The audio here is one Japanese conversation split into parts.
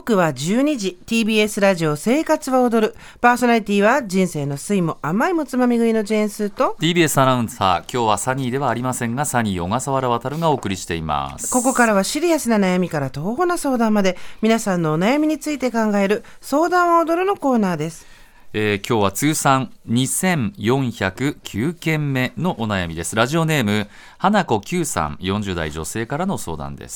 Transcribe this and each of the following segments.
刻は12時。 TBS ラジオ生活は踊る。パーソナリティは人生の酸いも甘いもつまみ食いのジェーンスーと TBS アナウンサー、今日はサニーではありませんが、サニー小笠原渉がお送りしています。 ここからはシリアスな悩みから徒歩な相談まで、皆さんのお悩みについて考える相談は踊るのコーナーです。 今日は通算2409件目のお悩みです。ラジオネーム花子 Q さん、40代女性からの相談です。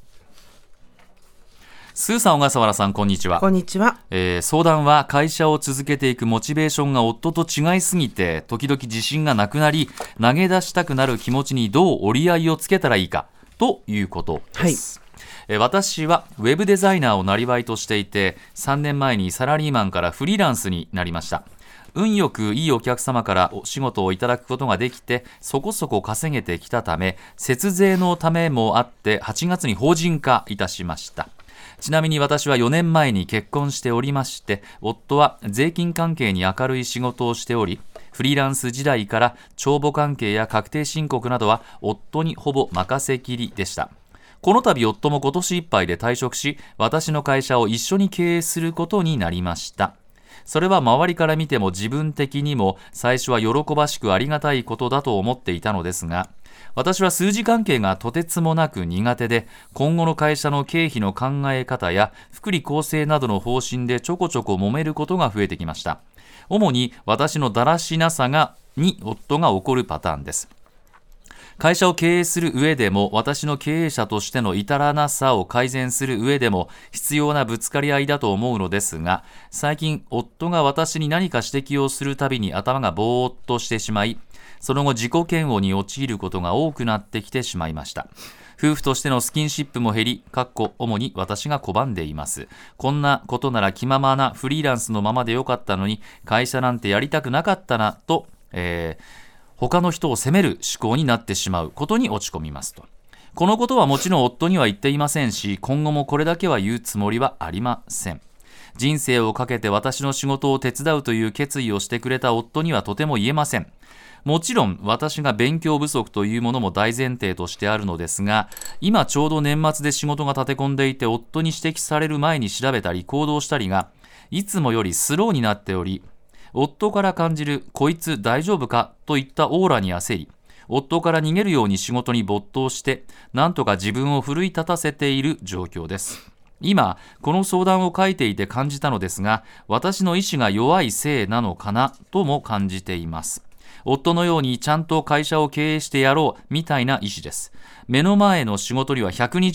スーさん、小笠原さん、こんにちは。 こんにちは。 相談は、会社を続けていくモチベーションが夫と違いすぎて時々自信がなくなり、投げ出したくなる気持ちにどう折り合いをつけたらいいかということです。私はウェブデザイナーをなりわいとしていて、3年前にサラリーマンからフリーランスになりました。運よくいいお客様からお仕事をいただくことができて、そこそこ稼げてきたため、節税のためもあって8月に法人化いたしました。ちなみに私は4年前に結婚しておりまして、夫は税金関係に明るい仕事をしており、フリーランス時代から帳簿関係や確定申告などは夫にほぼ任せきりでした。この度夫も今年いっぱいで退職し、私の会社を一緒に経営することになりました。それは周りから見ても自分的にも最初は喜ばしくありがたいことだと思っていたのですが、私は数字関係がとてつもなく苦手で、今後の会社の経費の考え方や福利厚生などの方針でちょこちょこ揉めることが増えてきました。主に私のだらしなさに夫が怒るパターンです。会社を経営する上でも、私の経営者としての至らなさを改善する上でも必要なぶつかり合いだと思うのですが、最近夫が私に何か指摘をするたびに頭がぼーっとしてしまい、その後自己嫌悪に陥ることが多くなってきてしまいました。夫婦としてのスキンシップも減り、主に私が拒んでいます。こんなことなら気ままなフリーランスのままでよかったのに、会社なんてやりたくなかったなと、他の人を責める思考になってしまうことに落ち込みますと。このことはもちろん夫には言っていませんし、今後もこれだけは言うつもりはありません。人生をかけて私の仕事を手伝うという決意をしてくれた夫にはとても言えません。もちろん私が勉強不足というものも大前提としてあるのですが、今ちょうど年末で仕事が立て込んでいて、夫に指摘される前に調べたり行動したりがいつもよりスローになっており、夫から感じるこいつ大丈夫かといったオーラに焦り、夫から逃げるように仕事に没頭して、なんとか自分を奮い立たせている状況です。今この相談を書いていて感じたのですが、私の意志が弱いせいなのかなとも感じています。夫のようにちゃんと会社を経営してやろうみたいな意志です。目の前の仕事には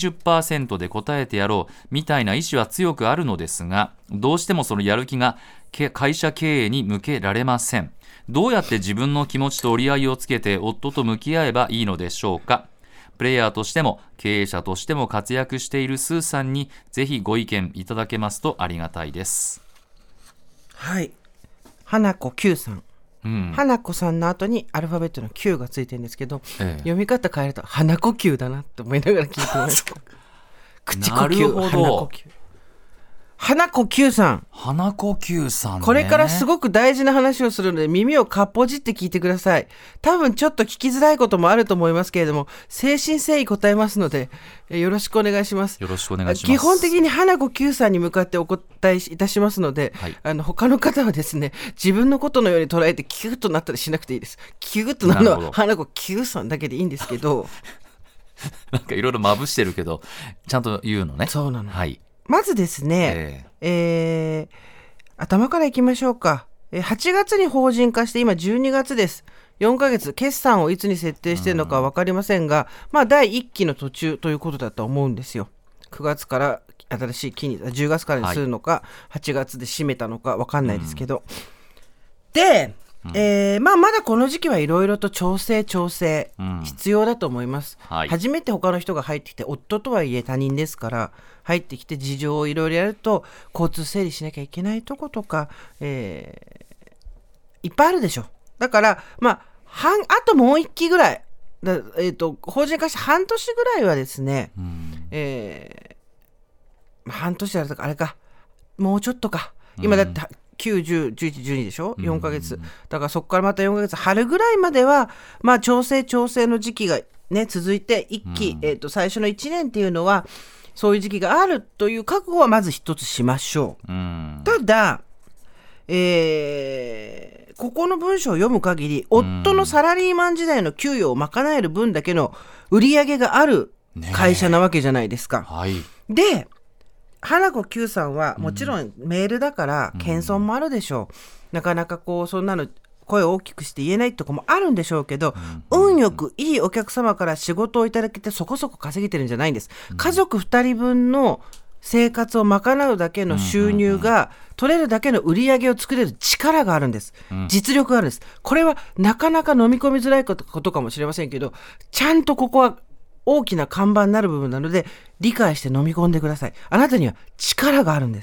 120% で応えてやろうみたいな意志は強くあるのですが、どうしてもそのやる気が会社経営に向けられません。どうやって自分の気持ちと折り合いをつけて夫と向き合えばいいのでしょうか。プレイヤーとしても経営者としても活躍しているスーさんにぜひご意見いただけますとありがたいです。 はい、花子 Q さん、花子さんの後にアルファベットの Q がついてるんですけど、読み方変えると花子 Q だなって思いながら聞いてました。口呼吸、花呼吸。花子 Q さん、 花子 Q さんね、 これからすごく大事な話をするので耳をかっぽじって聞いてください。多分ちょっと聞きづらいこともあると思いますけれども、誠心誠意答えますのでよろしくお願いします。 よろしくお願いします。 基本的に花子 Q さんに向かってお答えいたしますので、他の方はですね、自分のことのように捉えてキュッとなったりしなくていいです。キュッとなるのは花子 Q さんだけでいいんですけどなんかいろいろまぶしてるけどちゃんと言うのね。 そうなの。 はい、 まずですね、頭からいきましょうか。8月に法人化して今12月です。4ヶ月、決算をいつに設定しているのか分かりませんが、第1期の途中ということだと思うんですよ。9月から新しい期に10月からにするのか、8月で締めたのか分かんないですけど、で、まだこの時期はいろいろと調整、必要だと思います。初めて他の人が入ってきて、夫とはいえ他人ですから入ってきて事情をいろいろやると、交通整理しなきゃいけないとことか、いっぱいあるでしょ。だからあともう1期ぐらい法人化して半年ぐらいはですね、半年あれか、あれか、もうちょっとか、今だって9、10、11、12でしょ、4ヶ月。だからそこからまた4ヶ月、春ぐらいまでは、調整の時期がね、続いて、一期、最初の1年っていうのは、 そういう時期があるという覚悟はまず一つしましょう。ただ、ここの文章を読む限り、夫のサラリーマン時代の給与を賄える分だけの売り上げがある会社なわけじゃないですか。 はい、 で、花子 Q さんはもちろんメールだから謙遜もあるでしょう。なかなかこうそんなの声を大きくして言えないとこもあるんでしょうけど、運よくいいお客様から仕事をいただけてそこそこ稼げてるんじゃないんです。家族2人分の生活を賄うだけの収入が取れるだけの売り上げを作れる力があるんです。実力があるんです。これはなかなか飲み込みづらいことかもしれませんけど、ちゃんとここは大きな看板になる部分なので理解して飲み込んでください。あなたには力があるんです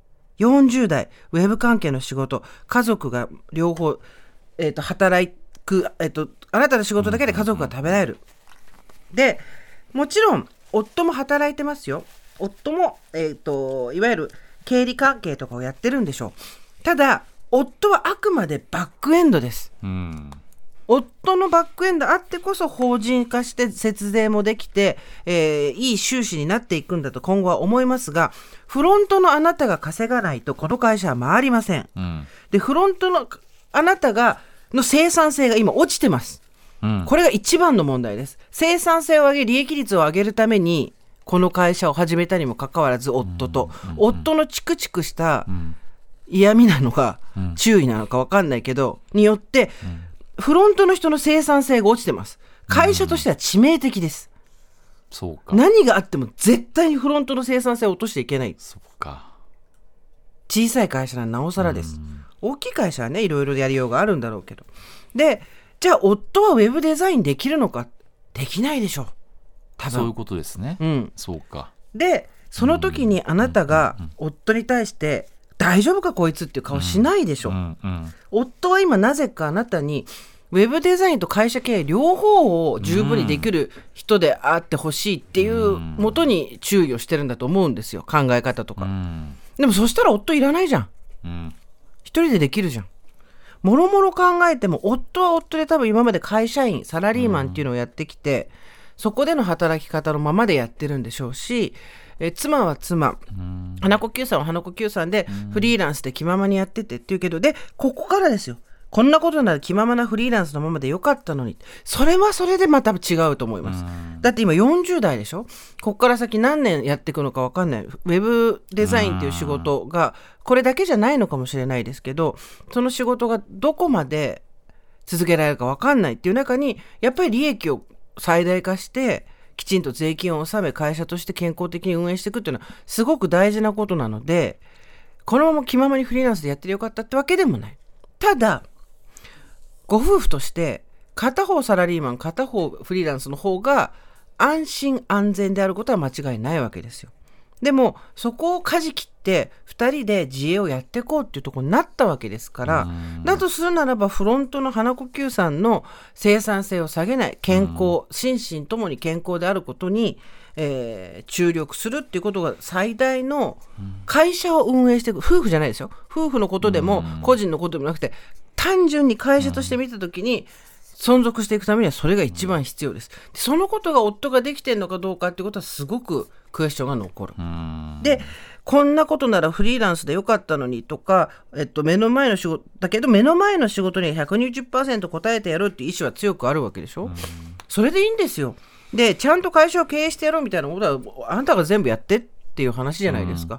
。40代ウェブ関係の仕事、家族が両方、働く、あなたの仕事だけで家族が食べられる。で、もちろん夫も働いてますよ。夫も、いわゆる経理関係とかをやってるんでしょう。ただ夫はあくまでバックエンドです。夫のバックエンドあってこそ法人化して節税もできて、いい収支になっていくんだと今後は思いますが、フロントのあなたが稼がないとこの会社は回りません。で、フロントのあなたの生産性が今落ちてます。これが一番の問題です。生産性を上げ、利益率を上げるためにこの会社を始めたにもかかわらず、夫のチクチクした嫌味なのか、注意なのか分かんないけどによって、フロントの人の生産性が落ちてます。会社としては致命的です。 そうか。 何があっても絶対にフロントの生産性を落としていけない。 そうか。 小さい会社ならなおさらです。大きい会社はね、いろいろやりようがあるんだろうけど。で、じゃあ夫はウェブデザインできるのか。できないでしょう。多分そういうことですね。そうか。 で、その時にあなたが夫に対して大丈夫かこいつっていう顔しないでしょ。夫は今なぜかあなたにウェブデザインと会社経営両方を十分にできる人であってほしいっていうもとに注意をしてるんだと思うんですよ。考え方とか。でもそしたら夫いらないじゃん。一人でできるじゃん。もろもろ考えても夫は夫で多分今まで会社員サラリーマンっていうのをやってきて、そこでの働き方のままでやってるんでしょうし、妻は妻、花子 Q さんは花子 Q さんでフリーランスで気ままにやっててっていうけど、でここからですよ。こんなことなら気ままなフリーランスのままでよかったのに、それはそれでまた違うと思います。だって今40代でしょ。ここから先何年やっていくのか分かんない。ウェブデザインっていう仕事がこれだけじゃないのかもしれないですけど、その仕事がどこまで続けられるか分かんないっていう中に、やっぱり利益を最大化してきちんと税金を納め、会社として健康的に運営していくっていうのはすごく大事なことなので、このまま気ままにフリーランスでやってりゃよかったってわけでもない。ただご夫婦として片方サラリーマン片方フリーランスの方が安心安全であることは間違いないわけですよ。でもそこを舵切って2人で自営をやっていこうっていうところになったわけですから、だとするならばフロントの花子 Q さんの生産性を下げない、健康、心身ともに健康であることに、注力するっていうことが最大の会社を運営していく、夫婦じゃないですよ。夫婦のことでも個人のことでもなくて、単純に会社として見たときに存続していくためにはそれが一番必要です。そのことが夫ができてるのかどうかっていうことはすごくクエスチョンが残る。で、こんなことならフリーランスでよかったのにとか、目の前の仕事だけど目の前の仕事に 120% 答えてやるっていう意思は強くあるわけでしょ。それでいいんですよ。で、ちゃんと会社を経営してやろうみたいなことはあなたが全部やってっていう話じゃないですか。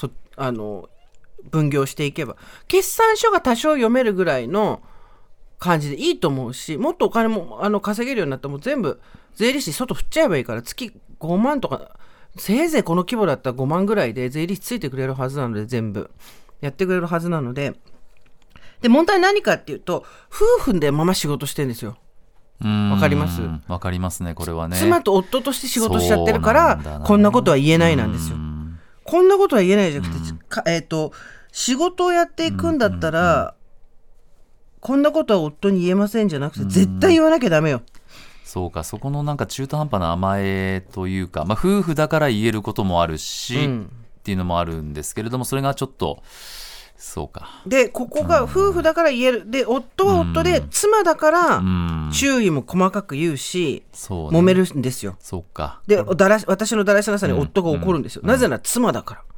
分業していけば決算書が多少読めるぐらいの感じでいいと思うし、もっとお金も稼げるようになったらもう全部税理士外振っちゃえばいいから、月5万とかせいぜいこの規模だったら5万ぐらいで税理士ついてくれるはずなので、全部やってくれるはずなので、で問題何かっていうと、夫婦でまま仕事してるんですよ。わかります？ わかりますね。これはね、 妻と夫として仕事しちゃってるからこんなことは言えないなんですよ。こんなことは言えないじゃなくて、仕事をやっていくんだったら、こんなことは夫に言えませんじゃなくて、絶対言わなきゃダメよ。 そうか、そこのなんか中途半端な甘えというか、夫婦だから言えることもあるし、っていうのもあるんですけれども、それがちょっとそうか。 でここが夫婦だから言える。で夫は夫で妻だから注意も細かく言うし、 そうね、 揉めるんですよ。 そうか。 で私のだらしなさに夫が怒るんですよ、なぜなら妻だから、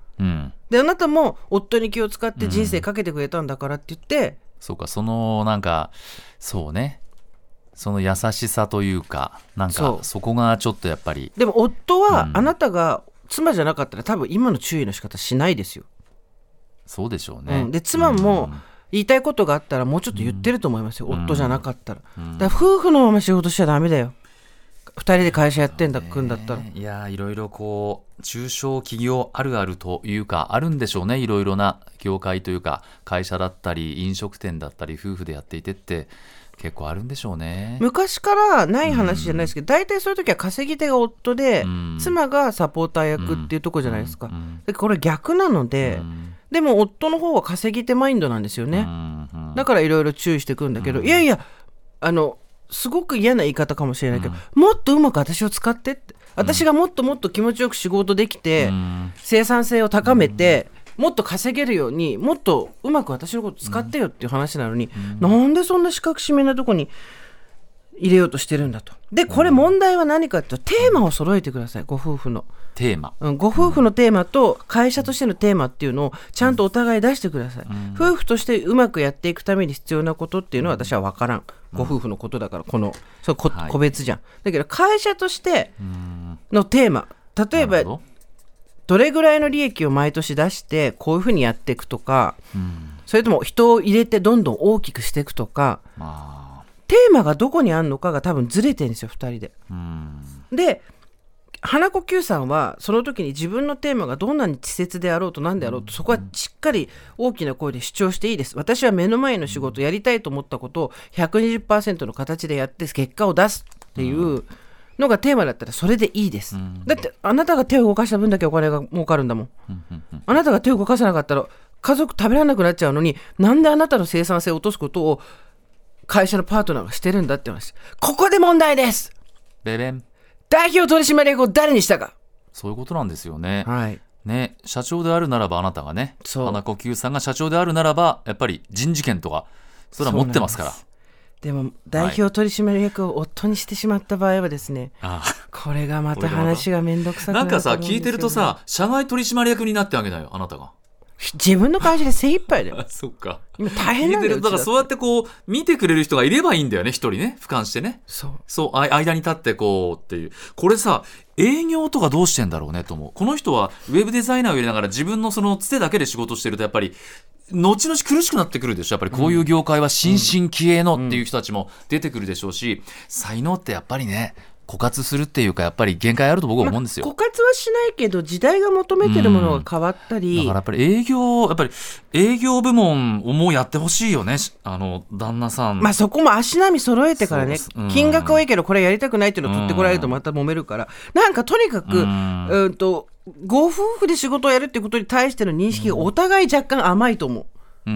であなたも夫に気を使って人生かけてくれたんだからって言って、 そうか、そのなんかそうね、その優しさというか、なんかそこがちょっとやっぱり。 でも夫はあなたが妻じゃなかったら多分今の注意の仕方しないですよ。 そうでしょうね、 で妻も言いたいことがあったらもうちょっと言ってると思いますよ、夫じゃなかったら。だから夫婦のまま仕事しちゃダメだよ。2人で会社やってんだ組んだったら。 いやいろいろこう中小企業あるあるというかあるんでしょうね。いろいろな業界というか会社だったり飲食店だったり夫婦でやっていてって結構あるんでしょうね。 昔からない話じゃないですけど、大体そういう時は稼ぎ手が夫で、妻がサポーター役っていうところじゃないですか。でこれ逆なので、でも夫の方は稼ぎ手マインドなんですよね。だからいろいろ注意してくるんだけど、いやいやすごく嫌な言い方かもしれないけど、もっとうまく私を使ってって、私がもっともっと気持ちよく仕事できて、生産性を高めて、もっと稼げるようにもっとうまく私のこと使ってよっていう話なのに、なんでそんな四角締めなとこに入れようとしてるんだと。でこれ問題は何かっていうと、テーマを揃えてください。ご夫婦のテーマ、 ご夫婦のテーマと会社としてのテーマっていうのをちゃんとお互い出してください。夫婦としてうまくやっていくために必要なことっていうのは私は分からん。ご夫婦のことだから個別じゃん。だけど会社としてのテーマ、例えばどれぐらいの利益を毎年出してこういうふうにやっていくとか、それとも人を入れてどんどん大きくしていくとか、テーマがどこにあるのかが多分ずれてるんですよ、2人で。で花子 Q さんはその時に自分のテーマがどんなに稚拙であろうと何であろうと、そこはしっかり大きな声で主張していいです。私は目の前の仕事やりたいと思ったことを 120% の形でやって結果を出すっていうのがテーマだったらそれでいいです。だってあなたが手を動かした分だけお金が儲かるんだもん。あなたが手を動かさなかったら家族食べられなくなっちゃうのに、なんであなたの生産性を落とすことを会社のパートナーがしてるんだって話。ここで問題です。 ベベン。 代表取締役を誰にしたか。 そういうことなんですよね。 はいね、社長であるならばあなたがね、花子 Q さんが社長であるならばやっぱり人事権とかそれは持ってますから。 でも代表取締役を夫にしてしまった場合はですね、これがまた話がめんどくさくなると思うんですよね。 なんかさ、聞いてるとさ、社外取締役になってあげなよ、あなたが。 自分の会社で精一杯だよ。 そっか。 今大変なんだよ。 だからそうやってこう見てくれる人がいればいいんだよね、一人ね、俯瞰してね。そう間に立ってこうっていう。これさ、営業とかどうしてんだろうねと思う。この人はウェブデザイナーを入れながら自分のそのつてだけで仕事してるとやっぱり後々苦しくなってくるでしょ。やっぱりこういう業界は新進気鋭のっていう人たちも出てくるでしょうし、才能ってやっぱりね枯渇するっていうかやっぱり限界あると僕は思うんですよ。 枯渇はしないけど時代が求めてるものが変わったり、 だからやっぱり営業部門をもうやってほしいよね、旦那さん。 そこも足並み揃えてからね、金額はいいけどこれやりたくないっていうのを取ってこられるとまた揉めるから、なんかとにかくご夫婦で仕事をやるっていうことに対しての認識がお互い若干甘いと思う。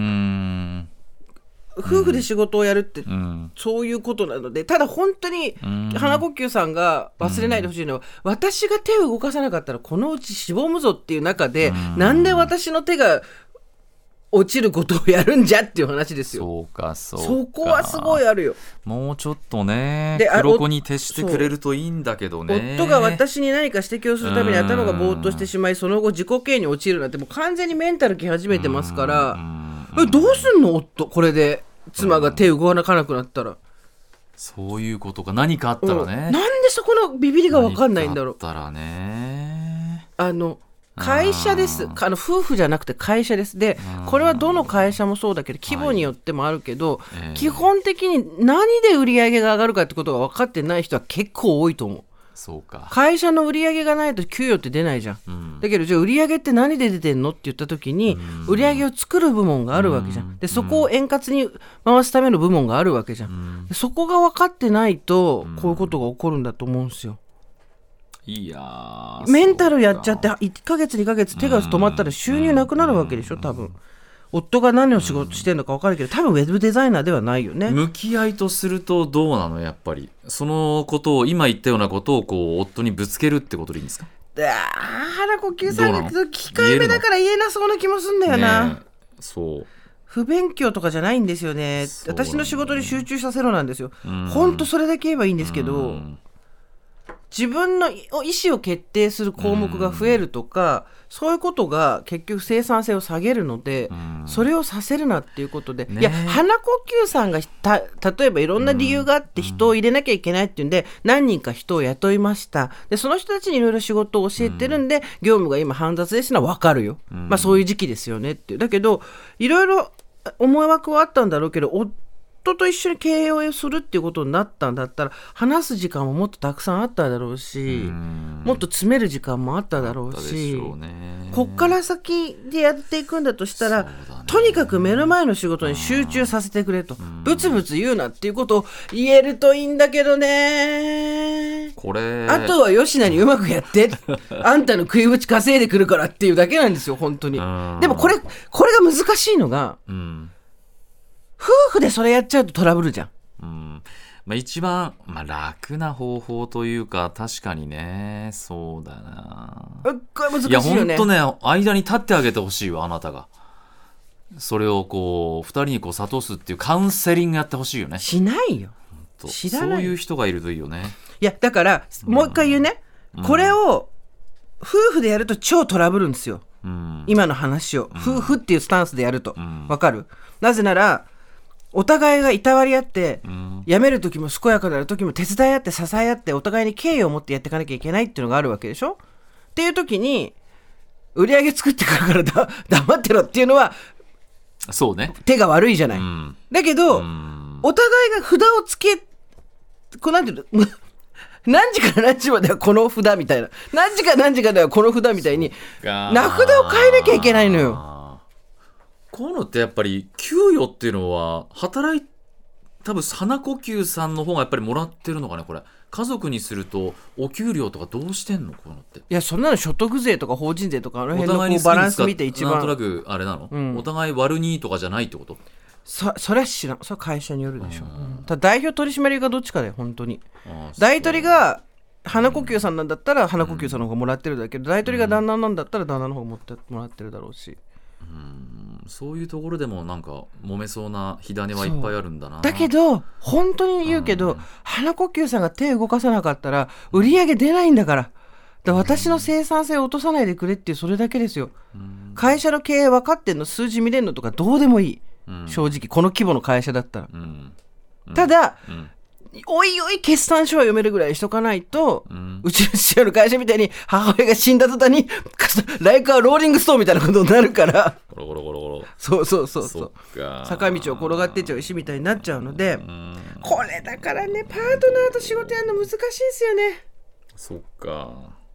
夫婦で仕事をやるって、そういうことなので、ただ本当に花子 Q さんが忘れないでほしいのは、私が手を動かさなかったらこのうちしぼむぞっていう中で、なんで私の手が落ちることをやるんじゃっていう話ですよ。 そうかそこはすごいあるよ。 もうちょっとね黒子に徹してくれるといいんだけどね。 夫が私に何か指摘をするために頭がぼーっとしてしまい、その後自己嫌悪に陥るなんてもう完全にメンタルき始めてますから、どうすんの夫、これで妻が手動かなくなったら。 そういうことか。何かあったらね、 なんでそこのビビりが分かんないんだろう。 何かあったらね、 会社です。夫婦じゃなくて会社です。でこれはどの会社もそうだけど規模によってもあるけど、基本的に何で売り上げが上がるかってことが分かってない人は結構多いと思う。 そうか。 会社の売り上げがないと給与って出ないじゃん、だけどじゃあ売り上げって何で出てんのって言った時に、売り上げを作る部門があるわけじゃん。でそこを円滑に回すための部門があるわけじゃん、そこが分かってないとこういうことが起こるんだと思うんですよ。 いやメンタルやっちゃって1ヶ月2ヶ月手が止まったら収入なくなるわけでしょ。多分夫が何を仕事してるのか分かるけど、多分ウェブデザイナーではないよね。 向き合いとするとどうなの。やっぱりそのことを今言ったようなことをこう夫にぶつけるってことでいいんですか。 腹呼吸さんが控えめだから言えなそうな気もするんだよな。 そう不勉強とかじゃないんですよね。私の仕事に集中させろなんですよ。本当それだけ言えばいいんですけど、自分の意思を決定する項目が増えるとか、そういうことが結局生産性を下げるので、それをさせるなっていうことで、いや鼻呼吸さんが例えばいろんな理由があって人を入れなきゃいけないっていうんで、何人か人を雇いました。でその人たちにいろいろ仕事を教えてるんで、業務が今煩雑ですのは分かるよ、まあそういう時期ですよねっていう。だけどいろいろ思惑はあったんだろうけど、夫と一緒に経営をするっていうことになったんだったら、話す時間ももっとたくさんあっただろうし、もっと詰める時間もあっただろうし、こっから先でやっていくんだとしたら、とにかく目の前の仕事に集中させてくれと、ブツブツ言うなっていうことを言えるといいんだけどね。 これあとは吉野にうまくやってあんたの食いぶち稼いでくるからっていうだけなんですよ本当に。でもこれが難しいのが、夫婦でそれやっちゃうとトラブルじゃん。 一番、楽な方法というか、確かにね、そうだな。 これ難しいよね。 いや本当ね、間に立ってあげてほしいわ、あなたが。それを2人に諭すっていうカウンセリングやってほしいよね。 しないよ。知らない。 そういう人がいるといいよね。 いやだからもう一回言うね、これを夫婦でやると超トラブるんですよ、今の話を、夫婦っていうスタンスでやると、わかる？なぜならお互いがいたわり合って、辞める時も健やかなる時も手伝い合って支え合って、お互いに敬意を持ってやっていかなきゃいけないっていうのがあるわけでしょ。っていう時に売り上げ作ってくるから黙ってろっていうのはそうね、 手が悪いじゃない、だけど、お互いが札をつけなんていうの何時から何時まではこの札みたいな、何時から何時まではこの札みたいに名札を変えなきゃいけないのよ。 こういうのってやっぱり給与っていうのは多分鼻呼吸さんの方がやっぱりもらってるのかね。これ家族にするとお給料とかどうしてんのこういうのって。いやそんなの所得税とか法人税とかあの辺のこうバランス見て一番なんとなくあれなの、お互い割る2とかじゃないってこと？ それは知らん。それは会社によるでしょ、ただ代表取締役がどっちかだよ本当に。代取りが鼻呼吸さんなんだったら鼻呼吸さんの方がもらってるだけど、代取りが旦那なんだったら旦那の方がもらってるだろうし、 そういうところでもなんか揉めそうな火種はいっぱいあるんだな。 だけど本当に言うけど、鼻呼吸さんが手動かさなかったら売り上げ出ないんだから。私の生産性を落とさないでくれっていうそれだけですよ。会社の経営分かってんの、数字見れんのとかどうでもいい、正直この規模の会社だったら、ただ、おいおい決算書は読めるぐらいにしとかないと、うちの父親の会社みたいに母親が死んだ途端にライカーローリングストーンみたいなことになるから、 ゴロゴロゴロゴロ、 そう坂道を転がってっちゃう石みたいになっちゃうので、これだからね、パートナーと仕事やるの難しいですよね。 そっか、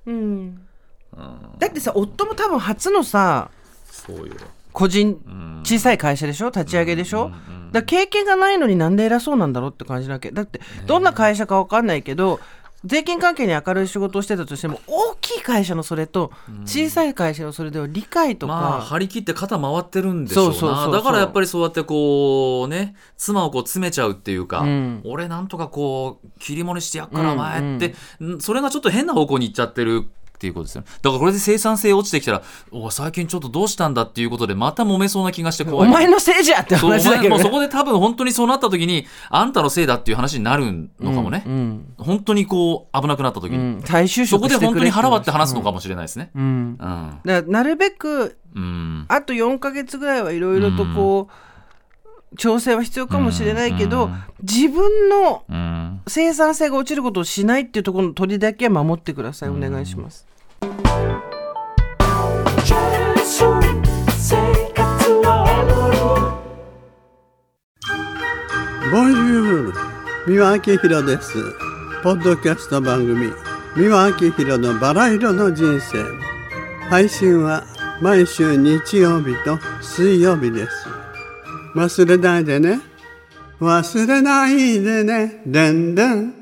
だってさ、夫も多分初のさ、 そうよ、 個人小さい会社でしょ、立ち上げでしょ、だ経験がないのになんで偉そうなんだろうって感じだけど、だってどんな会社か分かんないけど、税金関係に明るい仕事をしてたとしても、大きい会社のそれと小さい会社のそれでは理解とか、 張り切って肩回ってるんでしょうな。だからやっぱりそうやってこうね、妻をこう詰めちゃうっていうか、俺なんとかこう切り盛りしてやっから前って、それがちょっと変な方向に行っちゃってるっていうことですよね。だからこれで生産性落ちてきたら、最近ちょっとどうしたんだっていうことでまた揉めそうな気がして怖い。 お前のせいじゃって話だけど、ね、 もうそこで多分本当にそうなった時にあんたのせいだっていう話になるのかもね、本当にこう危なくなった時に、 再就職してくれ、 そこで本当に腹割って話すのかもしれないですね。 だからなるべく、あと4ヶ月ぐらいはいろいろとこう、調整は必要かもしれないけど、自分の生産性が落ちることをしないっていうところの鳥だけは守ってください。お願いします。 ボンジュール、三輪明宏です。ポッドキャスト番組三輪明宏のバラ色の人生、配信は毎週日曜日と水曜日です。忘れないでね、忘れないでね、でんでん。